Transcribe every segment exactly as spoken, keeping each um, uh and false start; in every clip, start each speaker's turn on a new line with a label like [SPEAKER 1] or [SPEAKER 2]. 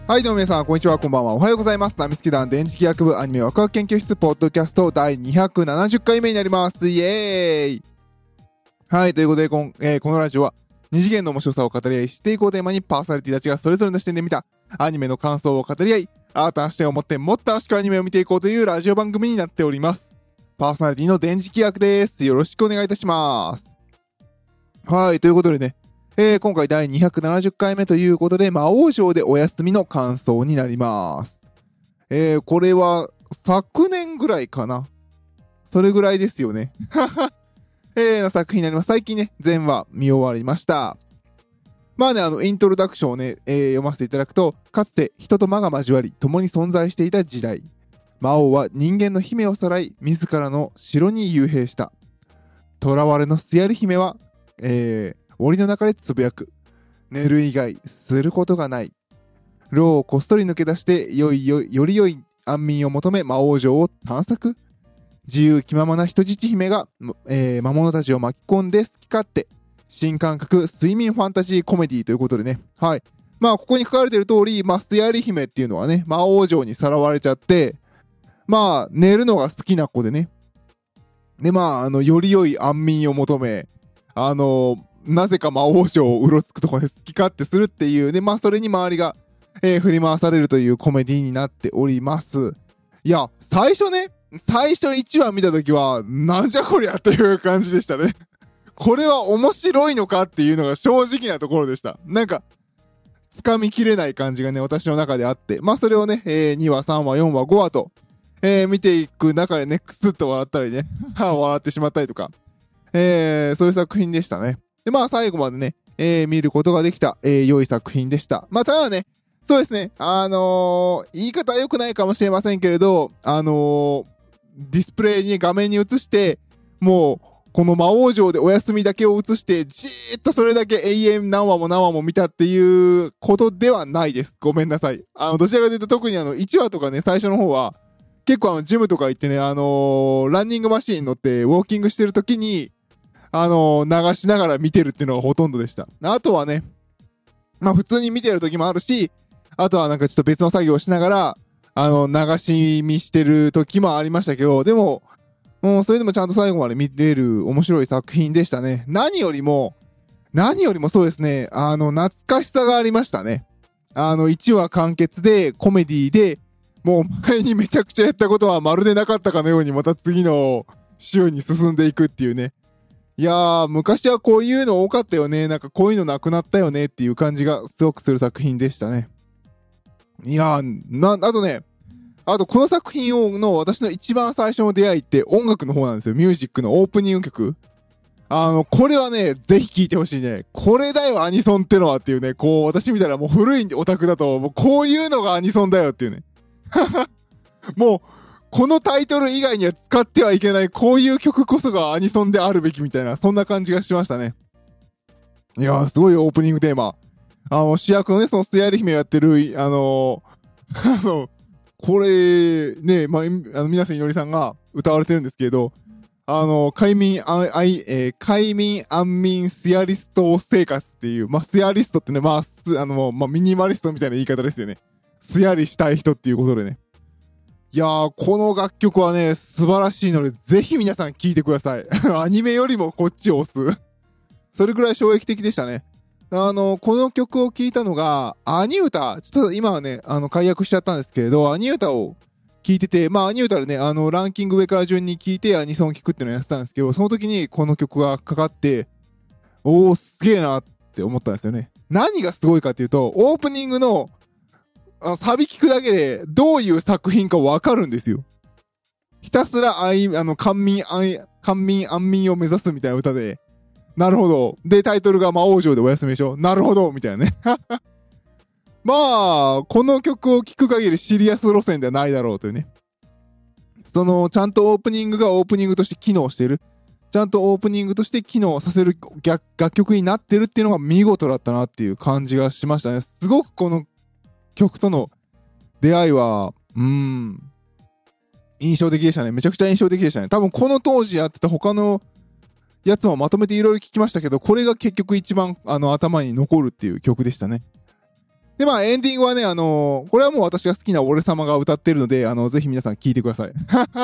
[SPEAKER 1] はいどうも皆さんこんにちは、こんばんは、おはようございます。ナミスケ団電磁気学部アニメワクワク研究室ポッドキャストだいにひゃくななじゅっかいめになります。イエーイ。はい、ということでこん、えー、このラジオは二次元の面白さを語り合いしていこうテーマに、パーソナリティたちがそれぞれの視点で見たアニメの感想を語り合い、新たな視点を持ってもっと楽しくアニメを見ていこうというラジオ番組になっております。パーソナリティの電磁気学です。よろしくお願いいたします。はい、ということでね、えー、今回だいにひゃくななじゅっかいめということで、魔王城でお休みの感想になります。えー、これは昨年ぐらいかな。それぐらいですよね。えー、の作品になります。最近ね、全話見終わりました。まあね、あの、イントロダクションをね、えー、読ませていただくと、かつて人と魔が交わり、共に存在していた時代。魔王は人間の姫をさらい、自らの城に幽閉した。囚われのスヤリ姫は、えー、檻の中でつぶやく。寝る以外することがない。牢をこっそり抜け出してよいよいより良い安眠を求め魔王城を探索。自由気ままな人質姫が、えー、魔物たちを巻き込んで好き勝手。新感覚睡眠ファンタジーコメディということでね。はい。まあここに書かれている通り、まあスヤリ姫っていうのはね、魔王城にさらわれちゃって、まあ寝るのが好きな子でね。でまああのより良い安眠を求め、あのーなぜか魔王城をうろつくところで好き勝手するっていうね、まあそれに周りが、えー、振り回されるというコメディになっております。いや、最初ね、最初いちわ見たときは、なんじゃこりゃっていう感じでしたね。これは面白いのかっていうのが正直なところでした。なんか、掴みきれない感じがね、私の中であって、まあそれをね、えー、にわ、さんわ、よんわ、ごわと、えー、見ていく中でね、くすっと笑ったりね、笑ってしまったりとか、えー、そういう作品でしたね。で、まあ最後までね、えー、見ることができた、えー、良い作品でした。まあただね、そうですね、あのー、言い方は良くないかもしれませんけれど、あのー、ディスプレイに画面に映して、もう、この魔王城でお休みだけを映して、じーっとそれだけ永遠何話も何話も見たっていうことではないです。ごめんなさい。あの、どちらかというと特にあの、いちわとかね、最初の方は、結構あの、ジムとか行ってね、あのー、ランニングマシーン乗ってウォーキングしてる時に、あのー、流しながら見てるっていうのがほとんどでした。あとはね、まあ普通に見てる時もあるし、あとはなんかちょっと別の作業をしながら、あの、流し見してる時もありましたけど、でも、もうそれでもちゃんと最後まで見れる面白い作品でしたね。何よりも、何よりもそうですね、あの、懐かしさがありましたね。あの、いちわ完結で、コメディで、もう前にめちゃくちゃやったことはまるでなかったかのように、また次の週に進んでいくっていうね。いやー、昔はこういうの多かったよね。なんかこういうのなくなったよねっていう感じがすごくする作品でしたね。いやー、な、あとね、あとこの作品をの私の一番最初の出会いって音楽の方なんですよ。ミュージックのオープニング曲。あの、これはね、ぜひ聴いてほしいね。これだよ、アニソンってのはっていうね、こう、私見たらもう古いオタクだと、もうこういうのがアニソンだよっていうね。もう、このタイトル以外には使ってはいけない、こういう曲こそがアニソンであるべきみたいな、そんな感じがしましたね。いやー、すごいオープニングテーマ。あの、主役のね、そのスヤリ姫をやってる、あのー、あの、これ、ね、まあ、あの、皆さんいのりさんが歌われてるんですけど、あの、快眠、あ、あい、えー、快眠安眠スヤリスト生活っていう、まあ、スヤリストってね、まあ、あの、まあ、ミニマリストみたいな言い方ですよね。スヤリしたい人っていうことでね。いやー、この楽曲はね、素晴らしいので、ぜひ皆さん聴いてください。アニメよりもこっちを押す。それくらい衝撃的でしたね。あの、この曲を聴いたのが、アニ歌、ちょっと今はね、あの、解約しちゃったんですけれど、アニ歌を聴いてて、まあ、アニ歌でね、あの、ランキング上から順に聴いてアニソンを聴くっていうのをやってたんですけど、その時にこの曲がかかって、おー、すげえなって思ったんですよね。何がすごいかっていうと、オープニングの、あのサビ聞くだけでどういう作品かわかるんですよ。ひたすらあい、あの、官民安、官民安民を目指すみたいな歌で、なるほど。で、タイトルが魔王城でお休みでしょ。なるほどみたいなね。まあ、この曲を聴く限りシリアス路線ではないだろうというね。その、ちゃんとオープニングがオープニングとして機能してる。ちゃんとオープニングとして機能させる楽曲になってるっていうのが見事だったなっていう感じがしましたね。すごくこの曲との出会いは、うーん、印象的でしたね。めちゃくちゃ印象的でしたね。多分この当時やってた他のやつもまとめていろいろ聞きましたけど、これが結局一番あの頭に残るっていう曲でしたね。 で、まあ、エンディングはね、あのー、これはもう私が好きな俺様が歌ってるので、あの、ぜひ皆さん聞いてください。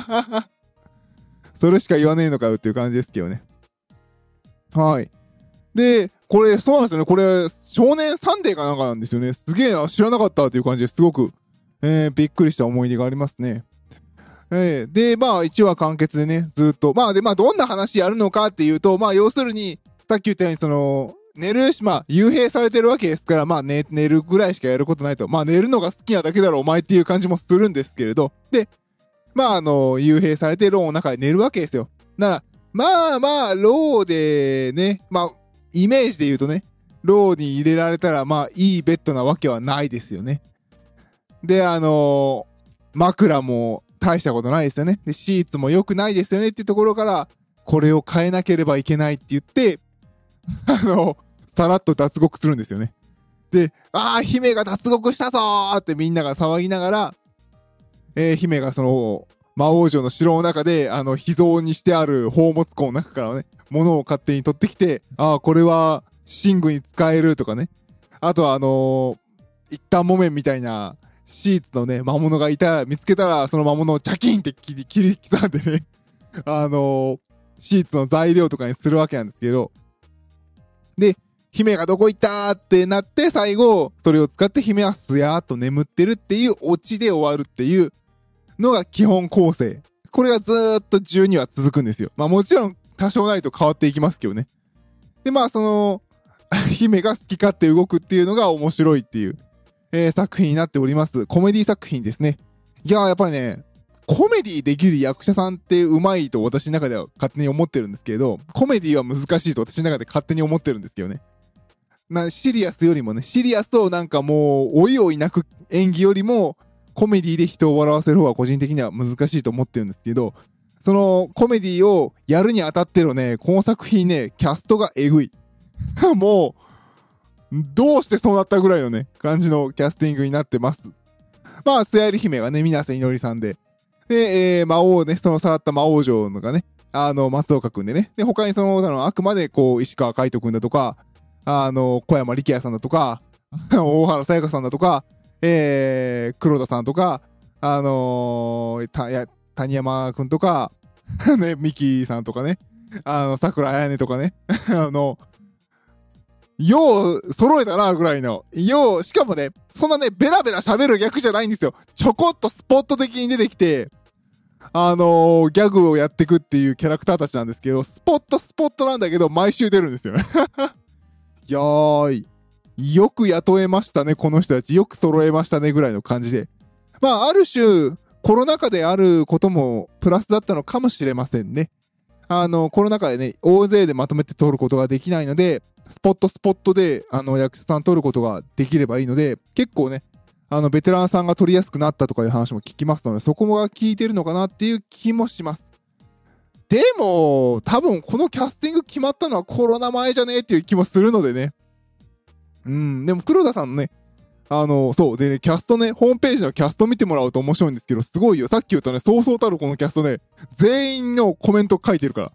[SPEAKER 1] それしか言わねえのかよっていう感じですけどね。はい。で、これ、そうなんですよね。これ、少年サンデーかなんかなんですよね。すげえな、知らなかったっていう感じですごく、えー、びっくりした思い出がありますね。えー、で、まあ、いちわ完結でね、ずっと、まあ、で、まあ、どんな話やるのかっていうと、まあ、要するに、さっき言ったように、その、寝るし、まあ、幽閉されてるわけですから、まあ、寝、寝るぐらいしかやることないと。まあ、寝るのが好きなだけだろ、お前っていう感じもするんですけれど。で、まあ、あの、幽閉されて牢の中で寝るわけですよ。だから、まあまあ、牢でね、まあ、イメージで言うとね、牢に入れられたら、まあ、いいベッドなわけはないですよね。で、あのー、枕も大したことないですよね。で、シーツも良くないですよねっていうところから、これを変えなければいけないって言って、あの、さらっと脱獄するんですよね。で、ああ、姫が脱獄したぞーってみんなが騒ぎながら、えー、姫がその、魔王城の城の中で、あの、秘蔵にしてある宝物庫の中からね、物を勝手に取ってきて、ああ、これは、寝具に使えるとかね。あとは、あのー、一旦木綿みたいな、シーツのね、魔物がいたら、見つけたら、その魔物をチャキンって切り、切り刻んでね、あのー、シーツの材料とかにするわけなんですけど、で、姫がどこ行ったーってなって、最後、それを使って姫はすやーっと眠ってるっていうオチで終わるっていうのが基本構成。これがずーっとじゅうにわ続くんですよ。まあもちろん多少ないと変わっていきますけどね。で、まあその、姫が好き勝手動くっていうのが面白いっていう、えー、作品になっております。コメディ作品ですね。いやーやっぱりね、コメディできる役者さんってうまいと私の中では勝手に思ってるんですけど、コメディは難しいと私の中で勝手に思ってるんですけどね。なシリアスよりもね、シリアスをなんかもう、おいおい泣く演技よりも、コメディで人を笑わせる方が個人的には難しいと思ってるんですけど、そのコメディをやるにあたってのね、この作品ね、キャストがえぐい。もう、どうしてそうなったぐらいのね、感じのキャスティングになってます。まあ、スヤリ姫がね、水瀬いのりさんで、で、えー、魔王ね、そのさらった魔王城のがね、あの、松岡くんでね、で、他にその、あの、あくまでこう、石川海人くんだとか、あの、小山力也さんだとか、大原さやかさんだとか、えー、黒田さんとか、あのー、た、や、谷山くんとか、ね、ミキさんとかね、あの、桜彩音とかね、あの、よう揃えたな、ぐらいの。よう、しかもね、そんなね、ベラベラ喋る役じゃないんですよ。ちょこっとスポット的に出てきて、あのー、ギャグをやってくっていうキャラクターたちなんですけど、スポットスポットなんだけど、毎週出るんですよね。いやーい、よく雇えましたね、この人たち。よく揃えましたね、ぐらいの感じで。まあ、ある種、コロナ禍であることもプラスだったのかもしれませんね。あの、コロナ禍でね、大勢でまとめて撮ることができないので、スポットスポットで、あの、役者さん撮ることができればいいので、結構ね、あの、ベテランさんが撮りやすくなったとかいう話も聞きますので、そこが効いてるのかなっていう気もします。でも、多分このキャスティング決まったのはコロナ前じゃねえっていう気もするのでね。うん、でも黒田さんのね、あの、そう、でね、キャストね、ホームページのキャスト見てもらうと面白いんですけど、すごいよ。さっき言ったね、そうそうたるこのキャストね、全員のコメント書いてるから。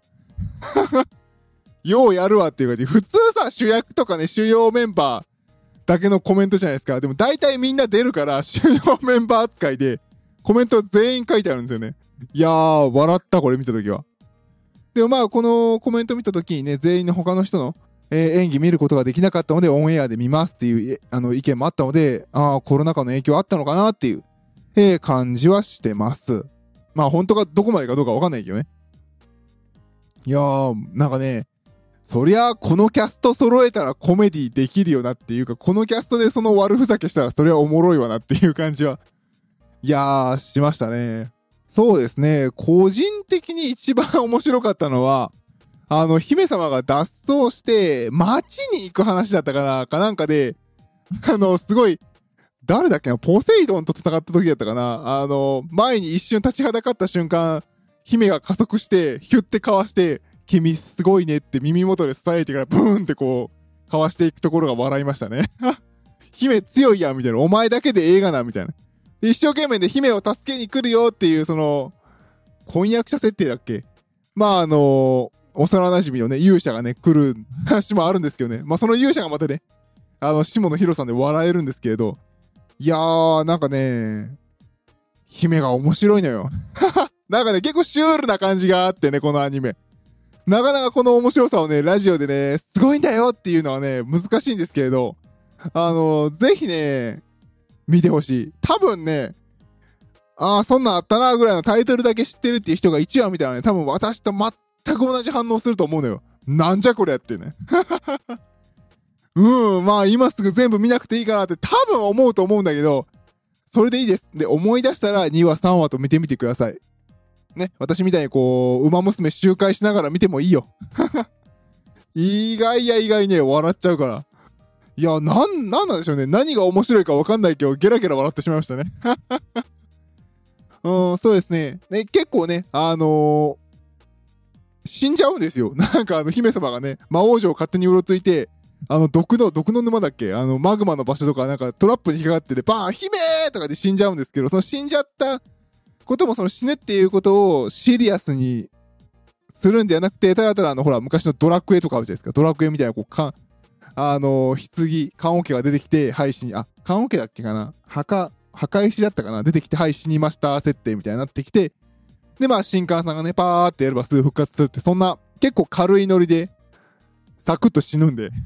[SPEAKER 1] ようやるわっていう感じ。普通さ、主役とかね、主要メンバーだけのコメントじゃないですか。でも大体みんな出るから、主要メンバー扱いで、コメント全員書いてあるんですよね。いやー、笑った、これ見たときは。でもまあ、このコメント見たときにね、全員の他の人の、えー、演技見ることができなかったので、オンエアで見ますっていうあの意見もあったので、ああ、コロナ禍の影響あったのかなっていう、えー、感じはしてます。まあ、本当かどこまでかどうかわかんないけどね。いやー、なんかね、そりゃ、このキャスト揃えたらコメディできるよなっていうか、このキャストでその悪ふざけしたらそれはおもろいわなっていう感じは、いやー、しましたね。そうですね、個人的に一番面白かったのは、あの、姫様が脱走して、街に行く話だったから、かなんかで、あの、すごい、誰だっけな、ポセイドンと戦った時だったかな、あの、前に一瞬立ちはだかった瞬間、姫が加速して、ヒュッてかわして、君すごいねって耳元で伝えてから、ブーンってこう、かわしていくところが笑いましたね。姫強いやん、みたいな。お前だけで映画な、みたいな。で一生懸命で姫を助けに来るよっていう、その、婚約者設定だっけ、まあ、あの幼馴染のね、勇者がね、来る話もあるんですけどね。まあ、その勇者がまたね、 あの、下野紘さんで笑えるんですけれど、いやー、なんかね、姫が面白いのよ。なんかね、結構シュールな感じがあってね、このアニメ。なかなかこの面白さをね、ラジオでね、すごいんだよっていうのはね、難しいんですけれど、あの、ぜひね、見てほしい。多分ね、ああ、そんなんあったなぐらいのタイトルだけ知ってるっていう人がいちわ見たらね、多分私と全く同じ反応すると思うのよ。なんじゃこりゃってね。うん、まあ今すぐ全部見なくていいかなって多分思うと思うんだけど、それでいいです。で、思い出したらにわさんわと見てみてください。ね、私みたいにこう、馬娘周回しながら見てもいいよ。意外や意外ね、笑っちゃうから。いや、なん、なんなんでしょうね。何が面白いか分かんないけど、ゲラゲラ笑ってしまいましたね。うん、そうですね。ね、結構ね、あのー、死んじゃうんですよ。なんかあの、姫様がね、魔王城を勝手にうろついて、あの、毒の、毒の沼だっけあの、マグマの場所とか、なんかトラップに引っかかってて、バーン姫ーとかで死んじゃうんですけど、その死んじゃったことも、その死ぬっていうことをシリアスにするんではなくて、ただただあの、ほら、昔のドラクエとかあるじゃないですか。ドラクエみたいな、こう、か、あのー、棺、棺桶が出てきて、はい、死に、あ、棺桶だっけかな墓、墓石だったかな出てきて、はい、死にました、設定みたいになってきて、で、まあ、新刊さんがね、パーってやればすぐ復活するって、そんな、結構軽いノリで、サクッと死ぬんで。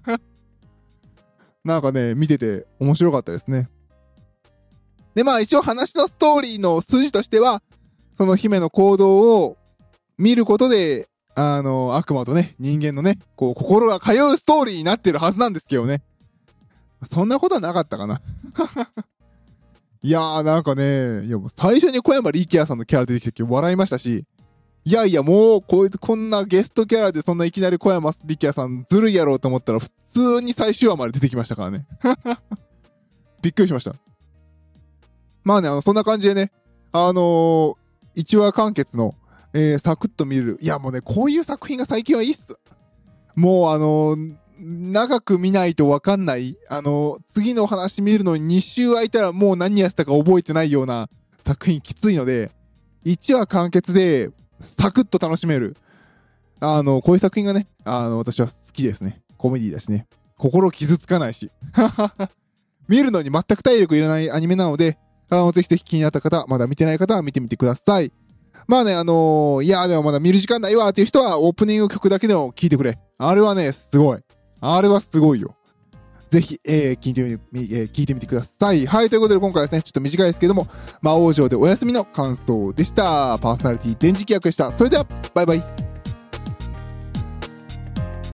[SPEAKER 1] なんかね、見てて面白かったですね。で、まあ一応話のストーリーの筋としては、その姫の行動を見ることで、あの、悪魔とね、人間のね、こう、心が通うストーリーになってるはずなんですけどね。そんなことはなかったかな。いやーなんかね、いやもう最初に小山力也さんのキャラ出てきた時笑いましたし、いやいやもうこいつこんなゲストキャラでそんないきなり小山力也さんずるいやろうと思ったら普通に最終話まで出てきましたからね。びっくりしました。まあね、あの、そんな感じでね、あのー、一話完結の、えー、サクッと見れる。いやもうね、こういう作品が最近はいいっす。もうあのー、長く見ないとわかんない。あのー、次の話見るのにに週空いたらもう何やってたか覚えてないような作品きついので、いちわ完結でサクッと楽しめる。あのー、こういう作品がね、あのー、私は好きですね。コメディだしね。心傷つかないし。見るのに全く体力いらないアニメなので、あの、ぜひぜひ気になった方、まだ見てない方は見てみてください。まあね、あのー、いや、でもまだ見る時間ないわっていう人は、オープニング曲だけでも聴いてくれ。あれはね、すごい。あれはすごいよ。ぜひ、えー、聞いてみ、えー、聞いてみてください。はい、ということで今回はですね、ちょっと短いですけども、魔王城でお休みの感想でした。パーソナリティ電磁気役でした。それでは、バイバイ。